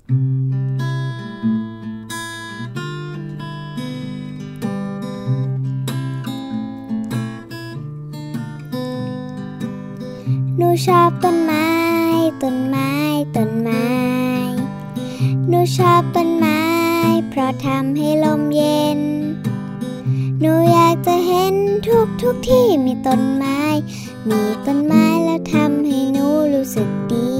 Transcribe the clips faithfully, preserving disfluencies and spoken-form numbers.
หนูชอบต้นไม้ต้นไม้ต้นไม้หนูชอบต้นไม้เพราะทำให้ลมเย็นหนูอยากจะเห็นทุกทุกที่มีต้นไม้มีต้นไม้แล้วทำให้หนูรู้สึกดี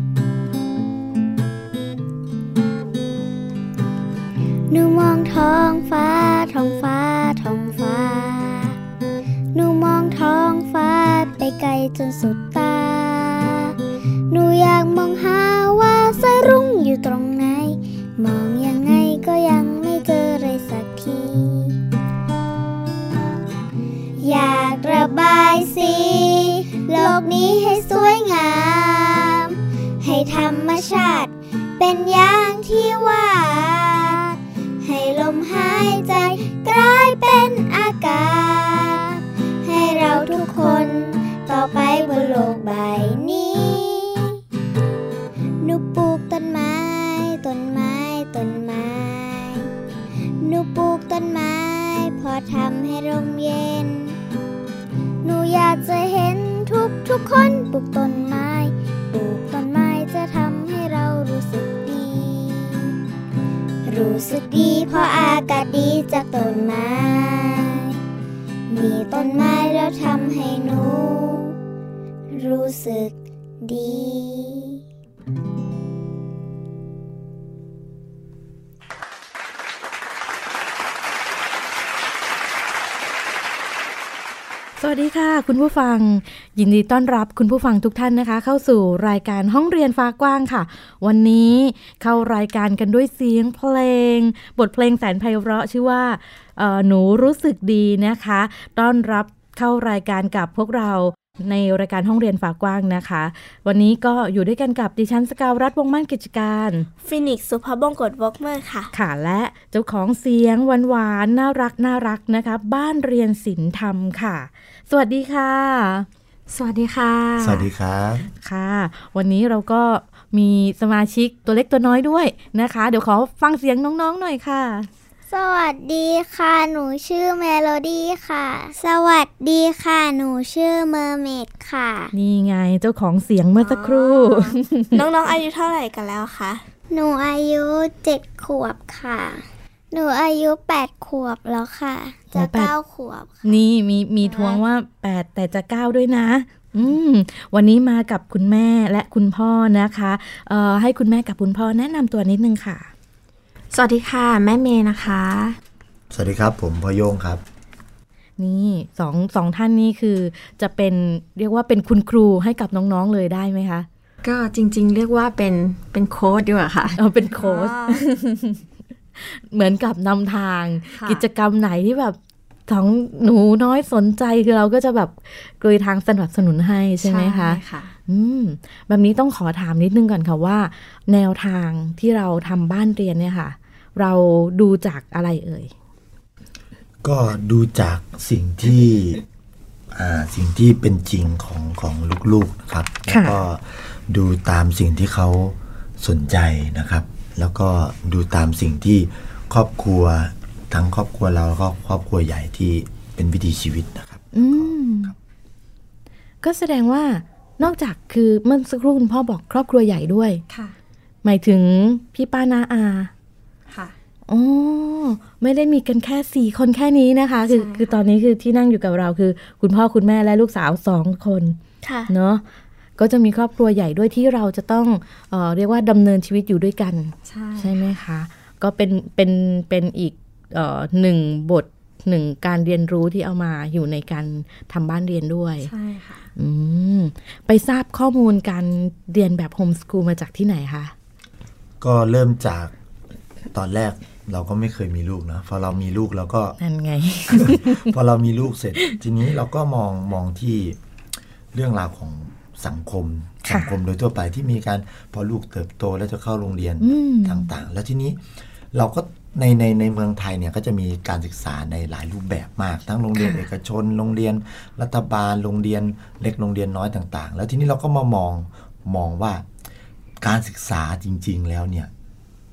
หนูมองท้องฟ้าท้องฟ้าท้องฟ้าหนูมองท้องฟ้าไปไกลจนสุดตาหนูอยากมองหาว่าสายรุ้งอยู่ตรงไหนมองยังไงก็ยังไม่เจอเลยสักทีอยากระบายสีโลกนี้ให้สวยงามให้ธรรมชาติเป็นอย่างที่ว่าให้ลมหายใจกลายเป็นอากาศให้เราทุกคนต่อไปบนโลกใบนี้หนูปลูกต้นไม้ต้นไม้ต้นไม้หนูปลูกต้นไม้พอทำให้ร่มเย็นหนูอยากจะเห็นทุกทุกคนปลูกต้นไม้ปลูกต้นไม้จะทำให้เรารู้สึกดีรู้สึกดีเพราะอากาศดีจากต้นไม้มีต้นไม้แล้วทำให้หนูรู้สึกดีสวัสดีค่ะคุณผู้ฟังยินดีต้อนรับคุณผู้ฟังทุกท่านนะคะเข้าสู่รายการห้องเรียนฟ้ากว้างค่ะวันนี้เข้ารายการกันด้วยเสียงเพลงบทเพลงแสนไพเราะชื่อว่าหนูรู้สึกดีนะคะต้อนรับเข้ารายการกับพวกเราในรายการห้องเรียนฟ้ากว้างนะคะวันนี้ก็อยู่ด้วยกันกับดิฉันสกาวรัตน์วงศ์มั่นกิจการฟินิกซ์สุภบงกตวอล์กเมอร์ค่ะค่ะและเจ้าของเสียงหวานๆน่ารักน่ารักนะคะบ้านเรียนศิลป์ธรรมค่ะสวัสดีค่ะสวัสดีค่ะสวัสดีครับค่ะวันนี้เราก็มีสมาชิกตัวเล็กตัวน้อยด้วยนะคะเดี๋ยวขอฟังเสียงน้องๆหน่อยค่ะสวัสดีค่ะหนูชื่อเมโลดี้ค่ะสวัสดีค่ะหนูชื่อเมอร์เมดค่ะนี่ไงเจ้าของเสียงเมื่อสักครู่น้องๆอายุเท่าไหร่กันแล้วคะหนูอายุเจ็ดขวบค่ะหนูอายุแปดขวบแล้วค่ะจะเก้าขวบนี่มีมีทวงว่าแปดแต่จะเก้าด้วยนะอืมวันนี้มากับคุณแม่และคุณพ่อนะคะเอ่อให้คุณแม่กับคุณพ่อแนะนำตัวนิดนึงค่ะสวัสดีค่ะแม่เมย์นะคะสวัสดีครับผมพ่อโยงครับนี่สองสองท่านนี้คือจะเป็นเรียกว่าเป็นคุณครูให้กับน้องๆเลยได้ไหมคะก็จริงๆเรียกว่าเป็นเป็นโค้ชดีกว่าค่ะเออเป็นโค้ช เหมือนกับนำทางกิจกรรมไหนที่แบบท้องหนูน้อยสนใจคือเราก็จะแบบกลุยทางสนับสนุนให้ใช่ไหมคะใช่ค่ะอืมแบบนี้ต้องขอถามนิดนึงก่อนค่ะว่าแนวทางที่เราทำบ้านเรียนเนี่ยค่ะเราดูจากอะไรเอ่ยก็ดูจากสิ่งที่อ่าสิ่งที่เป็นจริงของของลูกๆนะครับแล้วก็ดูตามสิ่งที่เขาสนใจนะครับแล้วก็ดูตามสิ่งที่ครอบครัวทั้งครอบครัวเราแล้วก็ครอบครัวใหญ่ที่เป็นวิถีชีวิตนะครับอืมก็แสดงว่านอกจากคือเมื่อสักครู่คุณพ่อบอกครอบครัวใหญ่ด้วยค่ะหมายถึงพี่ป้าน้าอาค่ะอ๋อไม่ได้มีกันแค่สี่คนแค่นี้นะคะคือคือตอนนี้คือที่นั่งอยู่กับเราคือคุณพ่อคุณแม่และลูกสาวสองคนค่ะเนาะก็จะมีครอบครัวใหญ่ด้วยที่เราจะต้องเอ่อเรียกว่าดำเนินชีวิตอยู่ด้วยกันใช่ใช่ไหมคะก็เป็นเป็นเป็นอีกเอ่อหนึ่งบทหนึ่งการเรียนรู้ที่เอามาอยู่ในการทำบ้านเรียนด้วยใช่ค่ะอืมไปทราบข้อมูลการเรียนแบบโฮมสคูลมาจากที่ไหนคะก็เริ่มจากตอนแรกเราก็ไม่เคยมีลูกนะพอเรามีลูกเราก็นั่นไงพอเรามีลูกเสร็จทีนี้เราก็มองมองที่เรื่องราวของสังคมสังคมโดยทั่วไปที่มีการพอลูกเติบโตแล้วจะเข้าโรงเรียนต่างๆแล้วทีนี้เราก็ในในในเมืองไทยเนี่ยก็จะมีการศึกษาในหลายรูปแบบมากทั้งโรงเรียนเอกชนโรงเรียนรัฐบาลโรงเรียนเล็กโรงเรียนน้อยต่างๆแล้วทีนี้เราก็มามองมองว่าการศึกษาจริงๆแล้วเนี่ย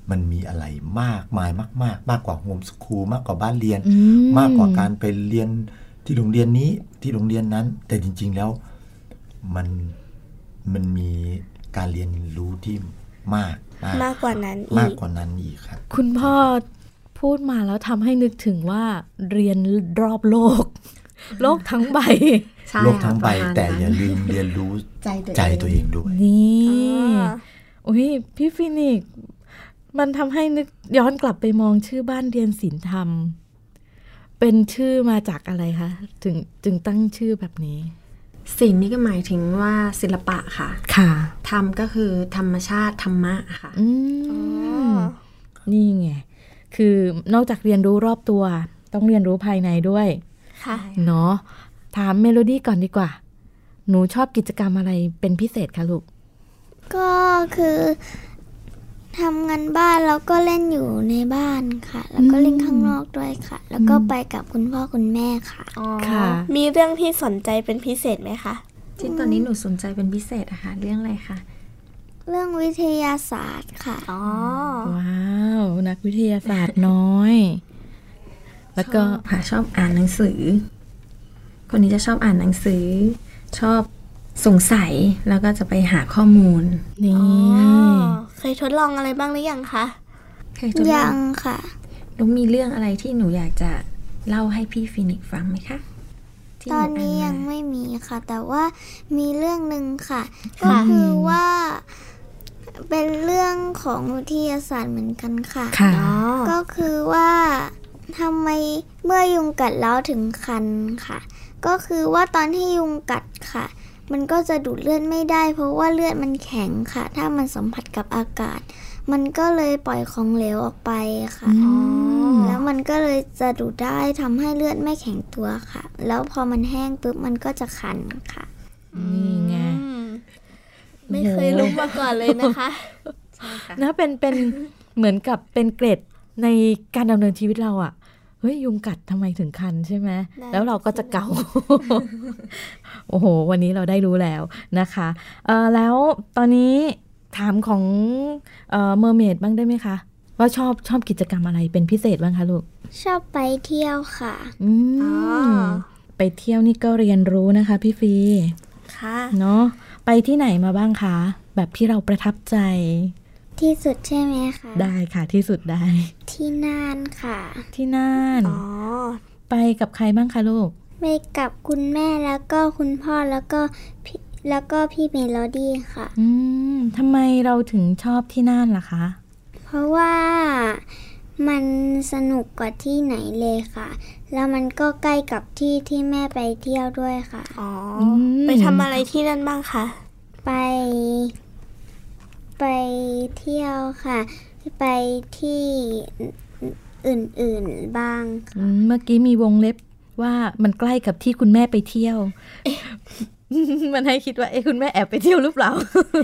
มันมีอะไรมากมายมากๆมากกว่าโฮมสคูลมากกว่าบ้านเรียนม, มากกว่าการไปเรียนที่โรงเรียนนี้ที่โรงเรียนนั้นแต่จริงๆแล้วมันมันมีการเรียนรู้ที่มากมากมากกว่านั้นอีกมากกว่านั้นอีกครับคุณพ่อพูดมาแล้วทำให้นึกถึงว่าเรียนรอบโลก โลกทั้งใบโลกทั้งใบแต่อย่าลืมเรียนรู้ใจตัวเองด้วยนี่โอ้ยพี่ฟินิกซ์มันทำให้นึกย้อนกลับไปมองชื่อบ้านเรียนศิลป์ธรรมเป็นชื่อมาจากอะไรคะถึงจึงตั้งชื่อแบบนี้ศิลป์นี่ก็หมายถึงว่าศิลปะค่ะค่ะธรรมก็คือธรรมชาติธรรมะค่ะอืมนี่ไงคือนอกจากเรียนรู้รอบตัวต้องเรียนรู้ภายในด้วยค่ะเนาะถามเมโลดี้ก่อนดีกว่าหนูชอบกิจกรรมอะไรเป็นพิเศษคะลูกก็คือทำงานบ้านแล้วก็เล่นอยู่ในบ้านค่ะแล้วก็เล่นข้างนอกด้วยค่ะแล้วก็ไปกับคุณพ่อคุณแม่ค่ะอ๋อค่ะมีเรื่องที่สนใจเป็นพิเศษไหมคะที่ตอนนี้หนูสนใจเป็นพิเศษอะค่ะเรื่องอะไรคะเรื่องวิทยาศาสตร์ค่ะอ๋อว้าวนักวิทยาศาสตร์น้อยแล้วก็ค่ะชอบอ่านหนังสือคนนี้จะชอบอ่านหนังสือชอบสงสัยแล้วก็จะไปหาข้อมูลนี่เคยทดลองอะไรบ้างหรือยังคะเคยทดลองยังค่ะหนูมีเรื่องอะไรที่หนูอยากจะเล่าให้พี่ฟินิกซ์ฟังไหมคะตอนนี้ยังไม่มีค่ะแต่ว่ามีเรื่องนึงค่ะก็คือว่าเป็นเรื่องของวิทยาศาสตร์เหมือนกันค่ะก็คือว่าทำไมเมื่อยุงกัดแล้วถึงคันค่ะก็คือว่าตอนที่ยุงกัดค่ะมันก็จะดูดเลือดไม่ได้เพราะว่าเลือดมันแข็งค่ะถ้ามันสัมผัสกับอากาศมันก็เลยปล่อยของเหลวออกไปค่ะแล้วมันก็เลยจะดูดได้ทำให้เลือดไม่แข็งตัวค่ะแล้วพอมันแห้งปุ๊บมันก็จะคันค่ะนี่ไงไม่เคยรู้มาก่อนเลยนะคะนะเป็นเป็นเหมือนกับเป็นเกร็ดในการดำเนินชีวิตเราอ่ะเฮ้ยยุงกัดทำไมถึงคันใช่ไหมแล้วเราก็จะเกาโอ้โหวันนี้เราได้รู้แล้วนะคะเอ่อแล้วตอนนี้ถามของเอ่อเมอร์เมดบ้างได้ไหมคะว่าชอบชอบกิจกรรมอะไรเป็นพิเศษบ้างคะลูกชอบไปเที่ยวค่ะอืมไปเที่ยวนี่ก็เรียนรู้นะคะพี่ฟีค่ะเนาะไปที่ไหนมาบ้างคะแบบที่เราประทับใจที่สุดใช่ไหมคะได้ค่ะที่สุดได้ที่น่านค่ะที่น่านอ๋อไปกับใครบ้างคะลูกไปกับคุณแม่แล้วก็คุณพ่อแล้วก็พี่แล้วก็พี่เมโลดี้ค่ะอืมทำไมเราถึงชอบที่น่านล่ะคะเพราะว่ามันสนุกกว่าที่ไหนเลยค่ะแล้วมันก็ใกล้กับที่ที่แม่ไปเที่ยวด้วยค่ะอ๋อไปทำอะไรที่นั่นบ้างคะไปไปเที่ยวค่ะไปที่อื่นๆบ้างค่ะเมื่อกี้มีวงเล็บว่ามันใกล้กับที่คุณแม่ไปเที่ยว มันให้คิดว่าเอ๊ะคุณแม่แอบไปเที่ยวหรือเปล่า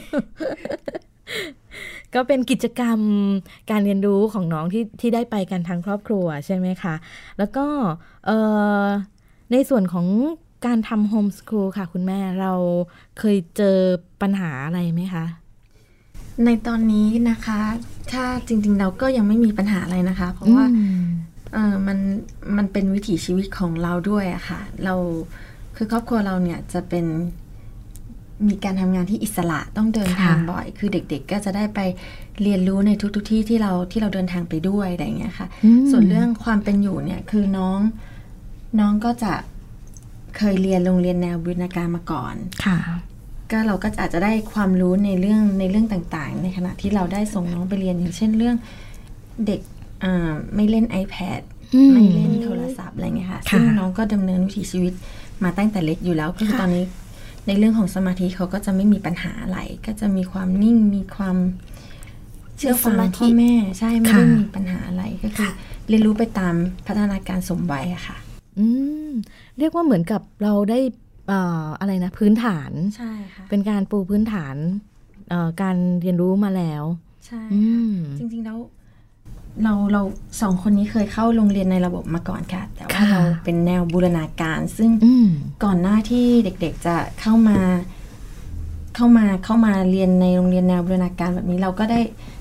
ก็เป็นกิจกรรมการเรียนรู้ของน้องที่ที่ได้ไปกันทั้งครอบครัวใช่ไหมคะแล้วก็ในส่วนของการทำโฮมสคูลค่ะคุณแม่เราเคยเจอปัญหาอะไรไหมคะในตอนนี้นะคะถ้าจริงๆเราก็ยังไม่มีปัญหาอะไรนะคะเพราะว่าเออมันมันเป็นวิถีชีวิตของเราด้วยอะค่ะเราคือครอบครัวเราเนี่ยจะเป็นมีการทำงานที่อิสระต้องเดินทางบ่อยคือเด็กๆก็จะได้ไปเรียนรู้ในทุกๆที่ที่เราที่เราเดินทางไปด้วยอะไรอย่างเงี้ยค่ะส่วนเรื่องความเป็นอยู่เนี่ยคือน้องน้องก็จะเคยเรียนโรงเรียนแนวบูรณาการมาก่อนค่ะก็เราก็อาจจะได้ความรู้ในเรื่องในเรื่องต่างๆในขณะที่เราได้ส่งน้องไปเรียนอย่างเช่นเรื่องเด็กไม่เล่น iPad ไม่เล่นโทรศัพท์อะไรเงี้ยค่ะซึ่งน้องก็ดำเนินวิถีชีวิตมาตั้งแต่เล็กอยู่แล้วก็คือตอนนี้ในเรื่องของสมาธิเขาก็จะไม่มีปัญหาอะไรก็จะมีความนิ่งมีความเชื่อฟังพ่อแม่ใช่ไม่ได้มีปัญหาอะไรก็คือเรียนรู้ไปตามพัฒนาการสมวัยอะค่ะอืมเรียกว่าเหมือนกับเราได้เอ่ออะไรนะพื้นฐานใช่ค่ะเป็นการปูพื้นฐานเอ่อการเรียนรู้มาแล้วใช่จริงๆแล้วเราเราสองคนนี้เคยเข้าโรงเรียนในระบบมาก่อนค่ะแต่ว่าเราเป็นแนวบูรณาการซึ่งก่อนหน้าที่เด็กๆจะเข้ามาเข้ามาเข้ามาเรียนในโรงเรียนแนวบูรณาการแบบนี้เราก็ได้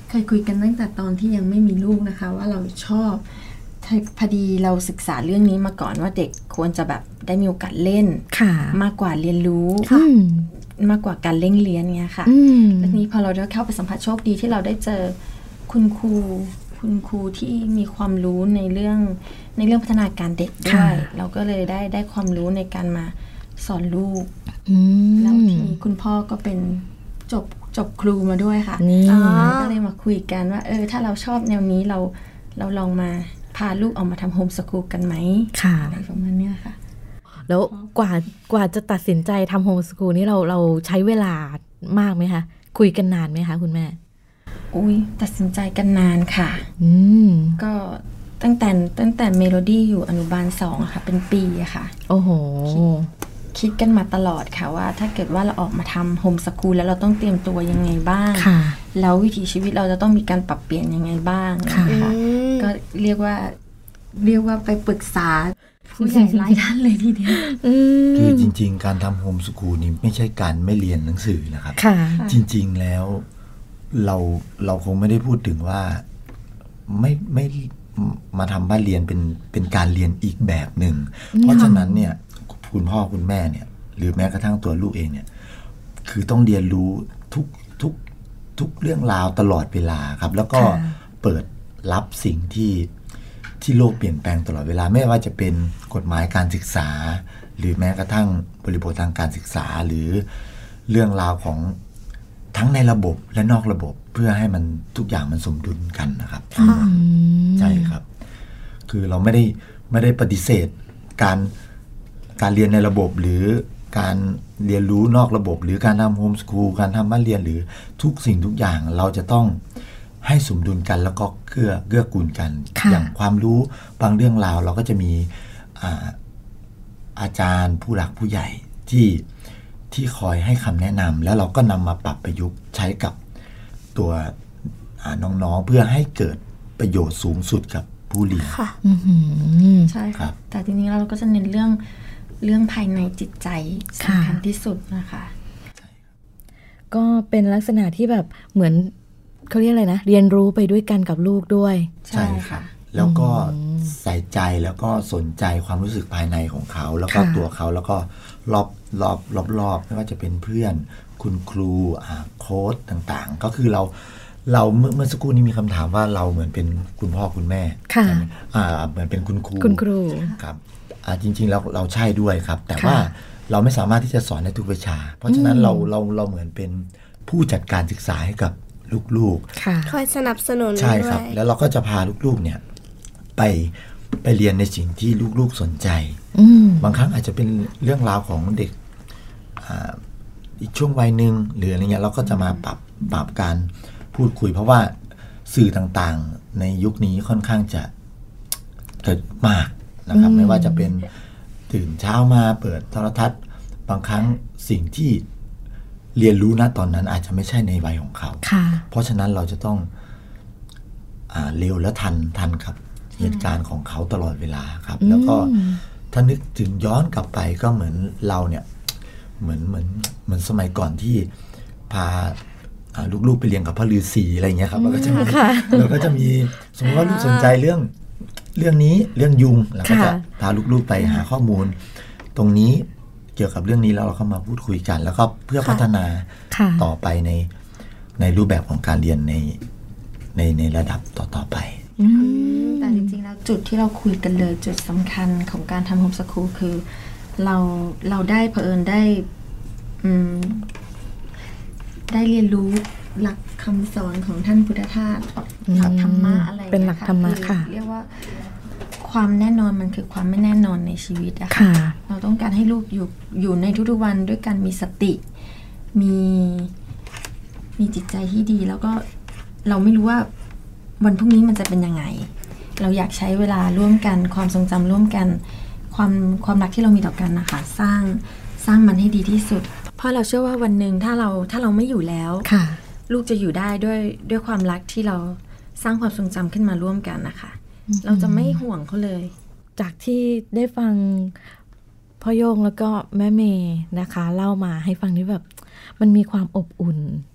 เคยคุยกันตั้งแต่ตอนที่ยังไม่มีลูกนะคะว่าเราชอบพอดีเราศึกษาเรื่องนี้มาก่อนว่าเด็กควรจะแบบได้มีโอกาสเล่นมากกว่าเรียนรู้มากกว่าการเร่งเรียนเงี้ยค่ะแล้วนี้พอเราได้เข้าไปสัมผัสโชคดีที่เราได้เจอคุณครูคุณครูที่มีความรู้ในเรื่องในเรื่องพัฒนาการเด็กด้วยเราก็เลยได้ได้ความรู้ในการมาสอนลูกแล้วทีนี้คุณพ่อก็เป็นจบจบครูมาด้วยค่ะก็เลยมาคุยกันว่าเออถ้าเราชอบแนวนี้เราเราลองมาพาลูกออกมาทำโฮมสคูลกันไหมอะไรประมาณนี้ค่ะแล้วกว่ากว่าจะตัดสินใจทำโฮมสคูลนี่เราเราใช้เวลามากไหมคะคุยกันนานไหมคะคุณแม่อุ้ยตัดสินใจกันนานค่ะอืมก็ตั้งแต่ตั้งแต่เมโลดี้อยู่อนุบาลสองค่ะเป็นปีอะค่ะโอ้โหคิดกันมาตลอดค่ะว่าถ้าเกิดว่าเราออกมาทำโฮมสคูลแล้วเราต้องเตรียมตัวยังไงบ้างแล้ววิถีชีวิตเราจะต้องมีการปรับเปลี่ยนยังไงบ้างนะคะก็เรียกว่าเรียกว่าไปปรึกษาผู้ใหญ่หลายท่านเลยทีเดียวคือจริงๆการทำโฮมสคูลนี่ไม่ใช่การไม่เรียนหนังสือนะครับจริงๆแล้วเราเราคงไม่ได้พูดถึงว่าไม่ไม่มาทำบ้านเรียนเป็นเป็นการเรียนอีกแบบหนึ่งเพราะฉะนั้นเนี่ยคุณพ่อคุณแม่เนี่ยหรือแม้กระทั่งตัวลูกเองเนี่ยคือต้องเรียนรู้ทุกทุกทุกเรื่องราวตลอดเวลาครับแล้วก็เปิดรับสิ่งที่ที่โลกเปลี่ยนแปลงตลอดเวลาไม่ว่าจะเป็นกฎหมายการศึกษาหรือแม้กระทั่งบริบททางการศึกษาหรือเรื่องราวของทั้งในระบบและนอกระบบเพื่อให้มันทุกอย่างมันสมดุลกันนะครับใช่ครับคือเราไม่ได้ไม่ได้ปฏิเสธการการเรียนในระบบหรือการเรียนรู้นอกระบบหรือการทำโฮมสคูลการทำบ้านเรียนหรือทุกสิ่งทุกอย่างเราจะต้องให้สมดุลกันแล้วก็เกื้อเกื้อกูลกันอย่างความรู้บางเรื่องราวเราก็จะมีอาอาจารย์ผู้หลักผู้ใหญ่ที่ที่คอยให้คำแนะนำแล้วเราก็นำมาปรับประยุกต์ใช้กับตัวน้องๆเพื่อให้เกิดประโยชน์สูงสุดกับผู้เรียนใช่ครับแต่ทีนี้เราก็จะเน้นเรื่องเรื่องภายในจิตใจสำคัญที่สุดนะคะก็เป็นลักษณะที่แบบเหมือนเขาเรียกอะไรนะเรียนรู้ไปด้วยกันกับลูกด้วยใช่ค่ะแล้วก็ใส่ใจแล้วก็สนใจความรู้สึกภายในของเขาแล้วก็ตัวเขาแล้วก็รอบรอบรอบรอบไม่ว่าจะเป็นเพื่อนคุณครูโค้ชต่างๆก็คือเราเราเมื่อเมื่อสักครู่นี้มีคำถามว่าเราเหมือนเป็นคุณพ่อคุณแม่ค่ะอ่าเหมือนเป็นคุณครูคุณครูครับอ่าจริงๆแล้วเราใช่ด้วยครับแต่ว่าเราไม่สามารถที่จะสอนในทุกวิชาเพราะฉะนั้นเราเราเราเหมือนเป็นผู้จัดการศึกษาให้กับลูกๆคอยสนับสนุนใช่ครับแล้วเราก็จะพาลูกๆเนี่ยไปไปเรียนในสิ่งที่ลูกๆสนใจบางครั้งอาจจะเป็นเรื่องราวของเด็กอีกช่วงวัยหนึ่งหรืออะไรเงี้ยเราก็จะมาปรับปรับการพูดคุยเพราะว่าสื่อต่างๆในยุคนี้ค่อนข้างจะเกิดมากนะครับไม่ว่าจะเป็นตื่นเช้ามาเปิดโทรทัศน์บางครั้งสิ่งที่เรียนรู้ณตอนนั้นอาจจะไม่ใช่ในวัยของเขาเพราะฉะนั้นเราจะต้องอ่าเร็วและทันทันกับเหตุการณ์ของเขาตลอดเวลาครับแล้วก็ถ้านึกถึงย้อนกลับไปก็เหมือนเราเนี่ยเหมือนเหมือนเหมือนสมัยก่อนที่พาลูกๆไปเรียนกับพระฤาษีอะไรเงี้ยครับแล้วก็จะมีเราก็จะมีสมมติว่าลูกสนใจเรื่องเรื่องนี้เรื่องยุงเราก็จะพาลูกๆไปหาข้อมูลตรงนี้เกี่ยวกับเรื่องนี้แล้วเราก็มาพูดคุยกันแล้วก็เพื่อพัฒนาต่อไปในในรูปแบบของการเรียนในในในระดับต่อๆไปแต่จริงๆแล้วจุดที่เราคุยกันเลยจุดสำคัญของการทำโฮมสคูลคือเราเราได้เผอิญได้อืมได้เรียนรู้หลักคำสอนของท่านพุทธทาสหลักธรรมะอะไรเป็นหลักธรรมะค่ะเรียกว่าความแน่นอนมันคือความไม่แน่นอนในชีวิตอะค่ะเราต้องการให้ลูกอยู่อยู่ในทุกๆวันด้วยการมีสติมีมีจิตใจที่ดีแล้วก็เราไม่รู้ว่าวันพรุ่งนี้มันจะเป็นยังไงเราอยากใช้เวลาร่วมกันความทรงจำร่วมกันความความรักที่เรามีต่อกันนะคะสร้างสร้างมันให้ดีที่สุดเพราะเราเชื่อว่าวันหนึ่งถ้าเราถ้าเราไม่อยู่แล้วลูกจะอยู่ได้ด้วยด้วยความรักที่เราสร้างความทรงจำขึ้นมาร่วมกันนะคะเราจะไม่ห่วงเขาเลยจากที่ได้ฟังพ่อโยงแล้วก็แม่เมย์นะคะเล่ามาให้ฟังนี่แบบมันมีความอบอุ่น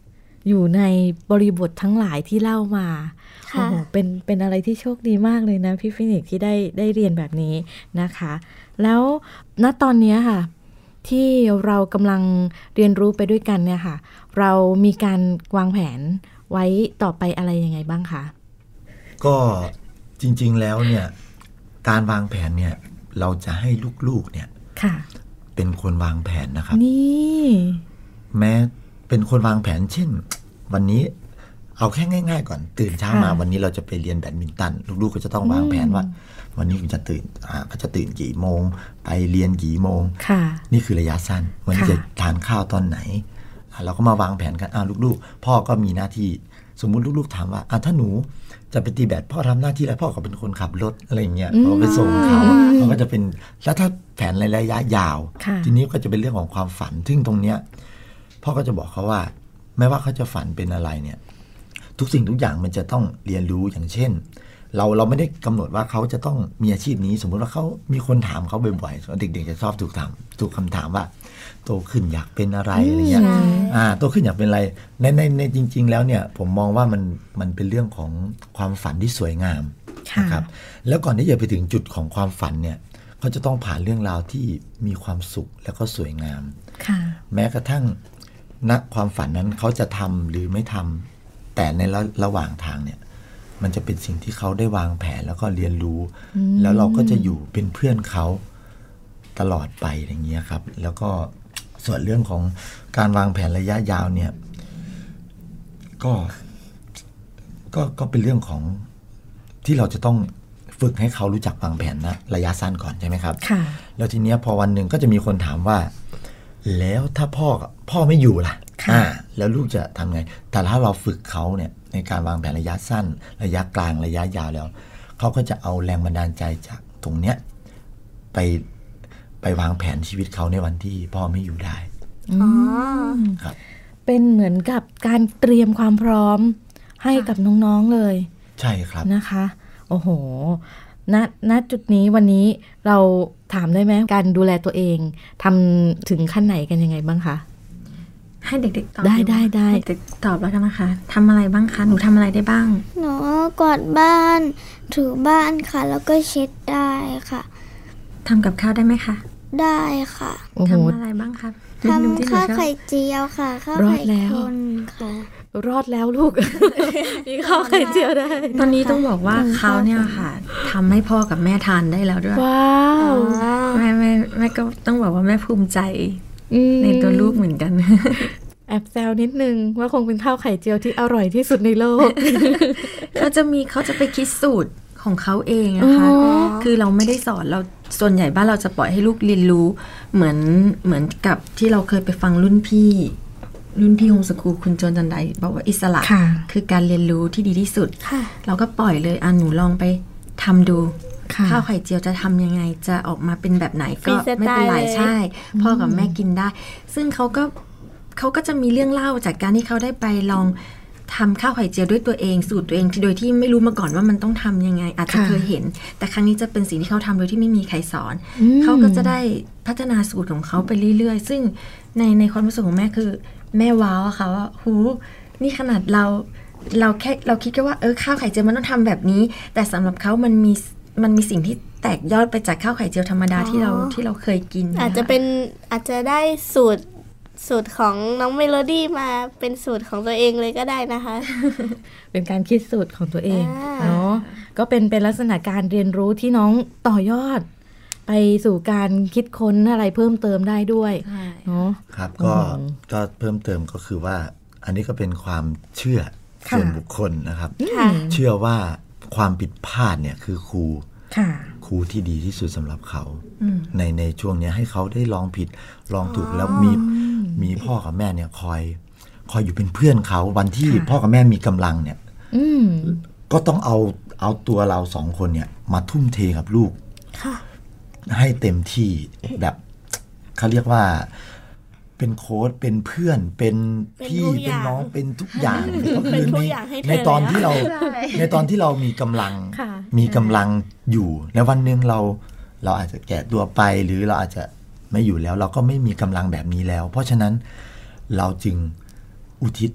อยู่ในบริบททั้งหลายที่เล่ามาโอ้โหเป็นเป็นอะไรที่โชคดีมากเลยนะพี่ฟินิกซ์ที่ได้ได้เรียนแบบนี้นะคะแล้วณตอนนี้ค่ะที่เรากำลังเรียนรู้ไปด้วยกันเนี่ยค่ะเรามีการวางแผนไว้ต่อไปอะไรยังไงบ้างคะก็จริงๆแล้วเนี่ยการวางแผนเนี่ยเราจะให้ลูกๆเนี่ยเป็นคนวางแผนนะครับนี่แม้เป็นคนวางแผนเช่นวันนี้เอาแค่ง่ายๆก่อนตื่นเช้ามาวันนี้เราจะไปเรียนแบดมินตันลูกๆก็จะต้องวางแผนว่าวันนี้คุณจะตื่นอ่าก็จะตื่นกี่โมงไปเรียนกี่โมงนี่คือระยะสั้นวันนี้จะทานข้าวตอนไหนเราก็มาวางแผนกันอ้าวลูกๆพ่อก็มีหน้าที่สมมุติลูกๆถามว่าอ้าวถ้าหนูจะไปตีแบดพ่อทำหน้าที่อะไรพ่อก็เป็นคนขับรถอะไรอย่างเงี้ยเขาไปส่งเขาเขาก็จะเป็นแล้วถ้าแผนระยะยาวทีนี้ก็จะเป็นเรื่องของความฝันซึ่งตรงเนี้ยพ่อก็จะบอกเขาว่าไม่ว่าเขาจะฝันเป็นอะไรเนี่ยทุกสิ่งทุกอย่างมันจะต้องเรียนรู้อย่างเช่นเราเราไม่ได้กำหนดว่าเขาจะต้องมีอาชีพนี้สมมุติว่าเขามีคนถามเขาบ่อยๆเด็กๆจะชอบถูกถามถูกคำถามว่าโตขึ้นอยากเป็นอะไรอะไรเงี้ยอ่าโตขึ้นอยากเป็นอะไรในในในจริงๆแล้วเนี่ยผมมองว่ามันมันเป็นเรื่องของความฝันที่สวยงามนะครับแล้วก่อนที่จะไปถึงจุดของความฝันเนี่ยเขาจะต้องผ่านเรื่องราวที่มีความสุขแล้วก็สวยงามแม้กระทั่งณความฝันนั้นเขาจะทำหรือไม่ทำแต่ในระระหว่างทางเนี่ยมันจะเป็นสิ่งที่เขาได้วางแผนแล้วก็เรียนรู้แล้วเราก็จะอยู่เป็นเพื่อนเขาตลอดไปอย่างเงี้ยครับแล้วก็ส่วนเรื่องของการวางแผนระยะยาวเนี่ยก็ก็ก็เป็นเรื่องของที่เราจะต้องฝึกให้เขารู้จักวางแผนนะระยะสั้นก่อนใช่ไหมครับค่ะแล้วทีเนี้ยพอวันหนึ่งก็จะมีคนถามว่าแล้วถ้าพ่อพ่อไม่อยู่ล่ะอ่าแล้วลูกจะทำไงแต่ถ้าเราฝึกเขาเนี่ยในการวางแผนระยะสั้นระยะกลางระยะยาวแล้วเขาก็จะเอาแรงบันดาลใจจากตรงเนี้ยไปไปวางแผนชีวิตเขาในวันที่พ่อไม่อยู่ได้อ๋อครับเป็นเหมือนกับการเตรียมความพร้อมให้กับน้องๆเลยใช่ครับนะคะโอ้โหณณจุดนี้วันนี้เราถามได้ไหมการดูแลตัวเองทำถึงขั้นไหนกันยังไงบ้างคะให้เด็กๆตอบได้ได้ได้เด็กๆตอบแล้วกันนะคะทำอะไรบ้างคะหนูทำอะไรได้บ้างหนูกวาดบ้านถูบ้านค่ะแล้วก็เช็ดได้ค่ะทำกับข้าวได้ไหมคะได้ค่ะทำอะไรบ้างคะทำข้าวไข่เจียวค่ะข้าวไข่คนค่ะรอดแล้วลูก มีข้าวไข่เจียวได้ตอนนี้ต้องบอกว่าเขาเนี่ยค่ะทำให้พ่อกับแม่ทานได้แล้วด้วยว้าวแม่แม่แม่ก็ต้องบอกว่าแม่ภูมิใจในตัวลูกเหมือนกันแอบแซวนิดนึงว่าคงเป็นข้าวไข่เจียวที่อร่อยที่สุดในโลกเขาจะมีเขาจะไปคิดสูตรของเขาเองนะคะคือเราไม่ได้สอนเราส่วนใหญ่บ้านเราจะปล่อยให้ลูกเรียนรู้เหมือนเหมือนกับที่เราเคยไปฟังรุ่นพี่รุ่นพี่โฮมสคูลคุณโจนจันไดบอกว่าอิสระคือการเรียนรู้ที่ดีที่สุดเราก็ปล่อยเลยอ่ะหนูลองไปทำดูข้าวไข่เจียวจะทำยังไงจะออกมาเป็นแบบไหนก็ไม่เป็นไรใช่พ่อกับแม่กินได้ซึ่งเขาก็เขาก็จะมีเรื่องเล่าจากการที่เขาได้ไปลองทำข้าวไข่เจียวด้วยตัวเองสูตรตัวเองโดยที่ไม่รู้มาก่อนว่ามันต้องทำยังไงอาจจะเคยเห็นแต่ครั้งนี้จะเป็นสิ่งที่เขาทำโดยที่ไม่มีใครสอนเขาก็จะได้พัฒนาสูตรของเขาไปเรื่อยๆซึ่งในในความรู้สึกของแม่คือแม่ว้าวอะค่ะว่าหูนี่ขนาดเราเราแค่เราคิดแค่ว่าเออข้าวไข่เจียวมันต้องทำแบบนี้แต่สำหรับเขามันมีมันมีสิ่งที่แตกยอดไปจากข้าวไข่เจียวธรรมดาที่เราที่เราเคยกินอาจจะเป็นอาจจะได้สูตรสูตรของน้องเมโลดี้มาเป็นสูตรของตัวเองเลยก็ได้นะคะเป็นการคิดสูตรของตัวเองเนาะก็เป็นเป็นลักษณะการเรียนรู้ที่น้องต่อยอดไปสู่การคิดค้นอะไรเพิ่มเติมได้ด้วยเนาะครับก็ก็เพิ่มเติมก็คือว่าอันนี้ก็เป็นความเชื่อส่วนบุคคลนะครับเชื่อว่าความผิดพลาดเนี่ยคือครูครูที่ดีที่สุดสำหรับเขาในในช่วงนี้ให้เขาได้ลองผิดลองถูกแล้วมีมีพ่อกับแม่เนี่ยคอยคอยอยู่เป็นเพื่อนเขาวันที่พ่อกับแม่มีกำลังเนี่ยก็ต้องเอาเอาตัวเราสองคนเนี่ยมาทุ่มเทกับลูกให้เต็มที่แบบเขาเรียกว่าเป็นโค้ชเป็นเพื่อนเป็นพี่เป็นน้องเป็นทุกอย่างก็คือในในตอนที่เราในตอนที่เรามีกำลังมีกำลังอยู่ในวันหนึ่งเราเราอาจจะแก่ตัวไปหรือเราอาจจะไม่อยู่แล้วเราก็ไม่มีกำลังแบบนี้แล้วเพราะฉะนั้นเราจึงอุทิศ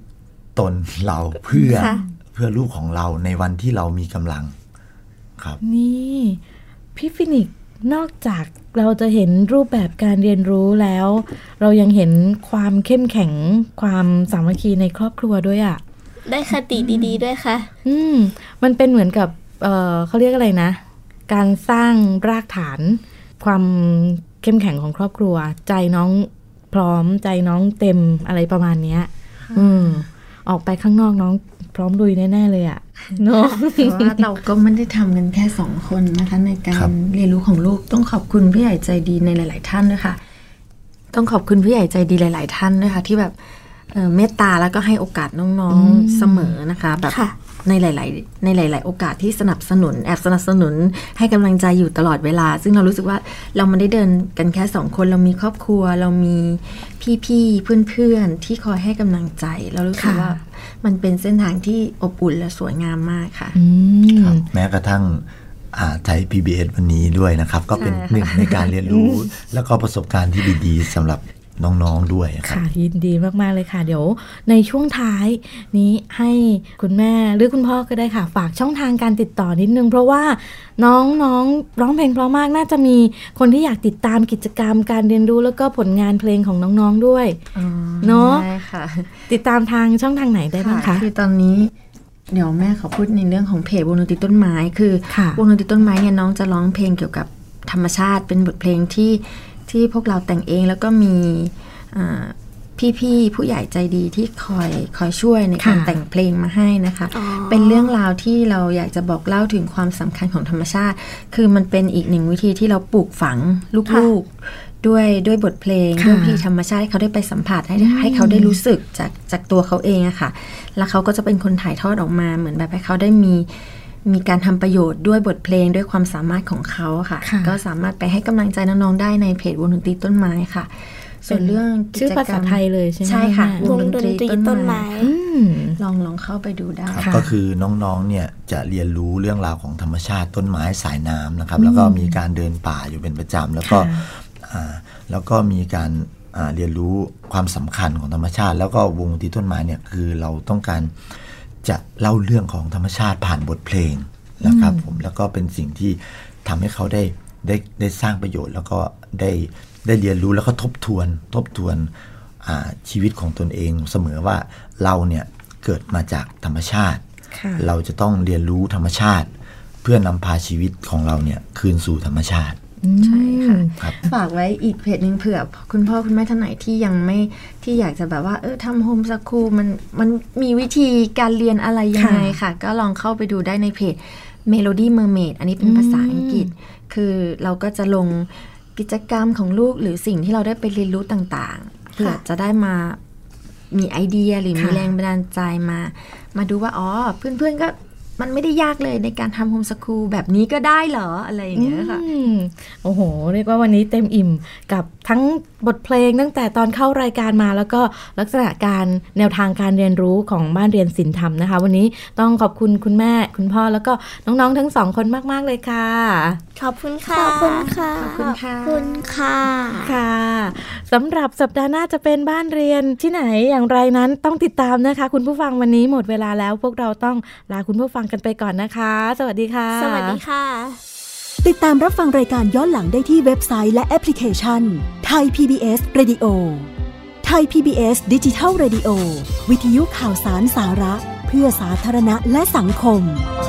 ตนเราเพื่อเพื่อลูกของเราในวันที่เรามีกำลังครับนี่พี่ฟินิกซ์นอกจากเราจะเห็นรูปแบบการเรียนรู้แล้วเรายังเห็นความเข้มแข็งความสามัคคีในครอบครัวด้วยอ่ะได้คติดีๆด้วยค่ะอืมมันเป็นเหมือนกับเอ่อเขาเรียกอะไรนะการสร้างรากฐานความเข้มแข็งของครอบครัวใจน้องพร้อมใจน้องเต็มอะไรประมาณนี้อืมออกไปข้างนอกน้องพร้อมลุยแน่ๆเลยอะเนาะแต่ว่าเราก็ไม่ได้ทำกันแค่สองคนนะคะในการเรียนรู้ของลูกต้องขอบคุณผู้ใหญ่ใจดีในหลายๆท่านด้วยค่ะต้องขอบคุณผู้ใหญ่ใจดีหลายๆท่านด้วยค่ะที่แบบเมตตาแล้วก็ให้โอกาสน้องๆเสมอนะคะแบบในหลายๆในหลายๆโอกาสที่สนับสนุนแอบสนับสนุนให้กำลังใจอยู่ตลอดเวลาซึ่งเรารู้สึกว่าเราไม่ได้เดินกันแค่สองคนเรามีครอบครัวเรามีพี่ๆเพื่อนๆที่คอยให้กำลังใจเรารู้สึกว่ามันเป็นเส้นทางที่อบอุ่นและสวยงามมากค่ะแม้กระทั่งไทย พี บี เอส วันนี้ด้วยนะครับก็เป็นหนึ่งในการเรียนรู้แล้วก็ประสบการณ์ที่ดีๆสำหรับน้องๆด้วยค่ะยินดีมากๆเลยค่ะเดี๋ยวในช่วงท้ายนี้ให้คุณแม่หรือคุณพ่อก็ได้ค่ะฝากช่องทางการติดต่อนิดนึงเพราะว่าน้องๆ ร้องร้องเพลงเพราะมากน่าจะมีคนที่อยากติดตามกิจกรรมการเรียนรู้แล้วก็ผลงานเพลงของน้องๆด้วยเนาะใช่ค่ะติดตามทางช่องทางไหนได้บ้างคะคือตอนนี้เดี๋ยวแม่ขอพูดในเรื่องของเพจวงดนตรีต้นไม้คือวงดนตรีต้นไม้เนี่ยน้องจะร้องเพลงเกี่ยวกับธรรมชาติเป็นบทเพลงที่ที่พวกเราแต่งเองแล้วก็มีพี่ๆผู้ใหญ่ใจดีที่คอยคอยช่วยในการแต่งเพลงมาให้นะคะเป็นเรื่องราวที่เราอยากจะบอกเล่าถึงความสำคัญของธรรมชาติคือมันเป็นอีกหนึ่งวิธีที่เราปลูกฝังลูกๆด้วยด้วยบทเพลงด้วยพี่ธรรมชาติให้เขาได้ไปสัมผัสให้ให้เขาได้รู้สึกจากจากตัวเขาเองอะค่ะแล้วเขาก็จะเป็นคนถ่ายทอดออกมาเหมือนแบบให้เขาได้มีมีการทำประโยชน์ด้วยบทเพลงด้วยความสามารถของเขาค่ะก็สามารถไปให้กำลังใจน้องๆได้ในเพจวงดนตรีต้นไม้ค่ะส่วนเรื่องชื่อภาษาไทยเลยใช่ไหมใช่ค่ะวงดนตรีต้นไม้ลองลองเข้าไปดูได้ก็คือน้องๆเนี่ยจะเรียนรู้เรื่องราวของธรรมชาติต้นไม้สายน้ำนะครับแล้วก็มีการเดินป่าอยู่เป็นประจำแล้วก็แล้วก็มีการเรียนรู้ความสำคัญของธรรมชาติแล้วก็วงดนตรีต้นไม้เนี่ยคือเราต้องการจะเล่าเรื่องของธรรมชาติผ่านบทเพลงนะครับผมแล้วก็เป็นสิ่งที่ทำให้เขาได้ได้ได้สร้างประโยชน์แล้วก็ได้ได้เรียนรู้แล้วก็ทบทวนทบทวนชีวิตของตนเองเสมอว่าเราเนี่ยเกิดมาจากธรรมชาติเราจะต้องเรียนรู้ธรรมชาติเพื่อนำพาชีวิตของเราเนี่ยคืนสู่ธรรมชาติใช่ค่ะฝากไว้อีกเพจนึงเผื่อคุณพ่อคุณแม่ท่านไหนที่ยังไม่ที่อยากจะแบบว่าเออทำโฮมสคูลมันมันมีวิธีการเรียนอะไรยังไงค่ะก็ลองเข้าไปดูได้ในเพจ Melody Mermaid อันนี้เป็นภาษาอังกฤษคือเราก็จะลงกิจกรรมของลูกหรือสิ่งที่เราได้ไปเรียนรู้ต่างๆเพื่อจะได้มามีไอเดียหรือมีแรงบันดาลใจมามาดูว่าอ๋อเพื่อนๆก็มันไม่ได้ยากเลยในการทำโฮมสคูลแบบนี้ก็ได้เหรออะไรอย่างเงี้ยค่ะโอ้โหเรียกว่าวันนี้เต็มอิ่มกับทั้งบทเพลงตั้งแต่ตอนเข้ารายการมาแล้วก็ลักษณะการแนวทางการเรียนรู้ของบ้านเรียนศิลป์ธรรมนะคะวันนี้ต้องขอบคุณคุณแม่คุณพ่อแล้วก็น้องๆทั้งสองคนมากๆเลยค่ะขอบคุณค่ะขอบคุณค่ะขอบคุณค่ะขอบคุณค่ะค่ะสำหรับสัปดาห์หน้าจะเป็นบ้านเรียนที่ไหนอย่างไรนั้นต้องติดตามนะคะคุณผู้ฟังวันนี้หมดเวลาแล้วพวกเราต้องลาคุณผู้ฟังกันไปก่อนนะคะสวัสดีค่ะสวัสดีค่ะติดตามรับฟังรายการย้อนหลังได้ที่เว็บไซต์และแอปพลิเคชัน Thai พี บี เอส Radio Thai พี บี เอส Digital Radio วิทยุข่าวสารสาระเพื่อสาธารณะและสังคม